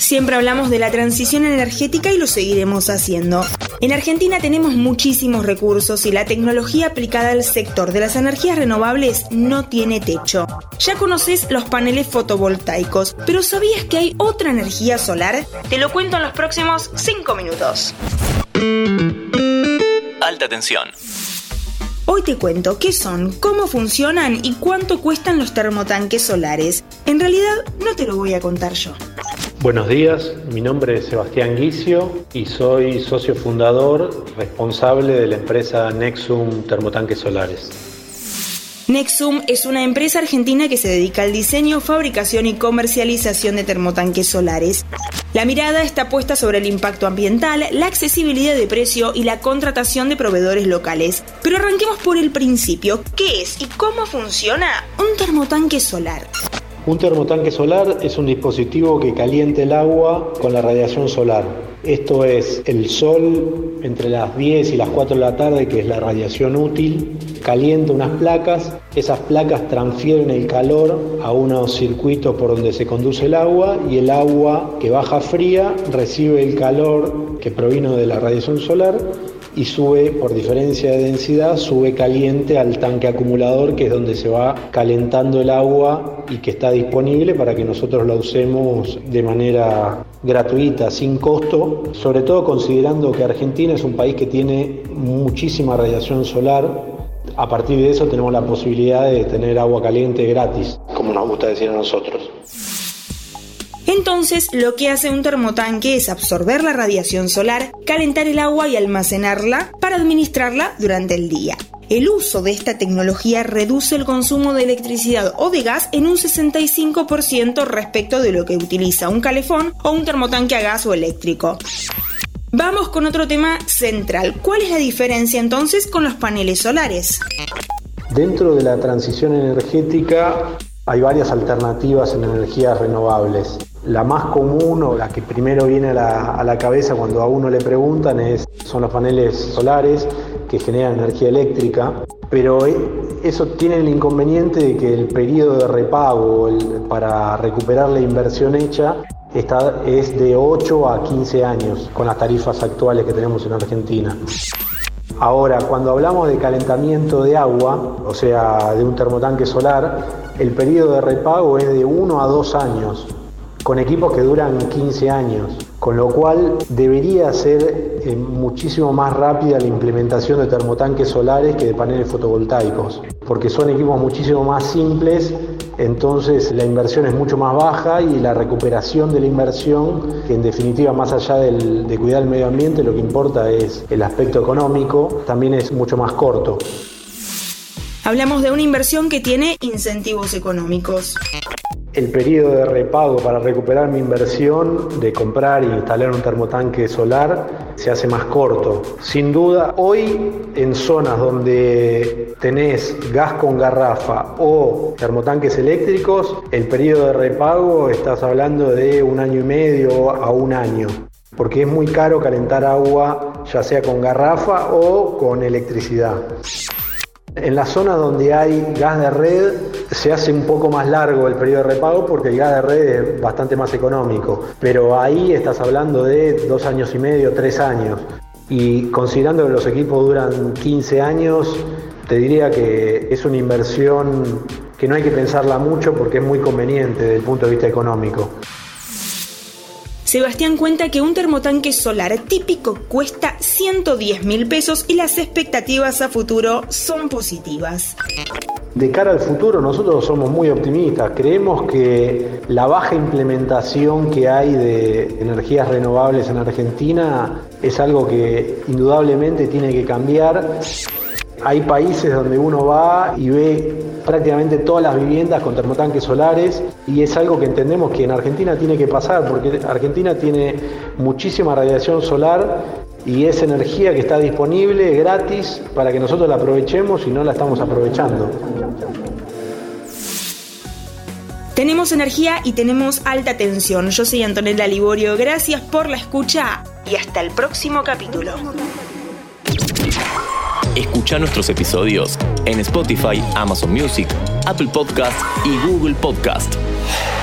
Siempre hablamos de la transición energética y lo seguiremos haciendo. En Argentina tenemos muchísimos recursos y la tecnología aplicada al sector de las energías renovables no tiene techo. Ya conoces los paneles fotovoltaicos, pero ¿sabías que hay otra energía solar? Te lo cuento en los próximos 5 minutos. Alta tensión. Hoy te cuento qué son, cómo funcionan y cuánto cuestan los termotanques solares. En realidad, no te lo voy a contar yo. Buenos días, mi nombre es Sebastián Guicio y soy socio fundador responsable de la empresa Nexum Termotanques Solares. Nexum es una empresa argentina que se dedica al diseño, fabricación y comercialización de termotanques solares. La mirada está puesta sobre el impacto ambiental, la accesibilidad de precio y la contratación de proveedores locales. Pero arranquemos por el principio. ¿Qué es y cómo funciona un termotanque solar? Un termotanque solar es un dispositivo que calienta el agua con la radiación solar. Esto es el sol entre las 10 y las 4 de la tarde, que es la radiación útil, calienta unas placas, esas placas transfieren el calor a unos circuitos por donde se conduce el agua y el agua que baja fría recibe el calor que provino de la radiación solar y sube, por diferencia de densidad, sube caliente al tanque acumulador, que es donde se va calentando el agua y que está disponible para que nosotros la usemos de manera gratuita, sin costo, sobre todo considerando que Argentina es un país que tiene muchísima radiación solar. A partir de eso tenemos la posibilidad de tener agua caliente gratis, como nos gusta decir a nosotros. Entonces, lo que hace un termotanque es absorber la radiación solar, calentar el agua y almacenarla para administrarla durante el día. El uso de esta tecnología reduce el consumo de electricidad o de gas en un 65% respecto de lo que utiliza un calefón o un termotanque a gas o eléctrico. Vamos con otro tema central. ¿Cuál es la diferencia entonces con los paneles solares? Dentro de la transición energética hay varias alternativas en energías renovables. La más común o la que primero viene a la cabeza cuando a uno le preguntan son los paneles solares que generan energía eléctrica, pero eso tiene el inconveniente de que el periodo de repago para recuperar la inversión hecha es de 8 a 15 años con las tarifas actuales que tenemos en Argentina. Ahora, cuando hablamos de calentamiento de agua, o sea, de un termotanque solar, el periodo de repago es de 1 a 2 años, con equipos que duran 15 años, con lo cual debería ser muchísimo más rápida la implementación de termotanques solares que de paneles fotovoltaicos, porque son equipos muchísimo más simples, entonces la inversión es mucho más baja y la recuperación de la inversión, que en definitiva, más allá de cuidar el medio ambiente, lo que importa es el aspecto económico, también es mucho más corto. Hablamos de una inversión que tiene incentivos económicos. El periodo de repago para recuperar mi inversión de comprar e instalar un termotanque solar se hace más corto. Sin duda, hoy en zonas donde tenés gas con garrafa o termotanques eléctricos, el periodo de repago estás hablando de 1 año y medio a 1 año, porque es muy caro calentar agua, ya sea con garrafa o con electricidad. En las zonas donde hay gas de red se hace un poco más largo el periodo de repago porque el gas de red es bastante más económico, pero ahí estás hablando de 2 años y medio, 3 años. Y considerando que los equipos duran 15 años, te diría que es una inversión que no hay que pensarla mucho porque es muy conveniente desde el punto de vista económico. Sebastián cuenta que un termotanque solar típico cuesta 110.000 pesos y las expectativas a futuro son positivas. De cara al futuro, nosotros somos muy optimistas. Creemos que la baja implementación que hay de energías renovables en Argentina es algo que indudablemente tiene que cambiar. Hay países donde uno va y ve prácticamente todas las viviendas con termotanques solares y es algo que entendemos que en Argentina tiene que pasar porque Argentina tiene muchísima radiación solar y es energía que está disponible gratis para que nosotros la aprovechemos y no la estamos aprovechando. Tenemos energía y tenemos alta tensión. Yo soy Antonella Liborio, gracias por la escucha y hasta el próximo capítulo. Escucha nuestros episodios en Spotify, Amazon Music, Apple Podcast y Google Podcast.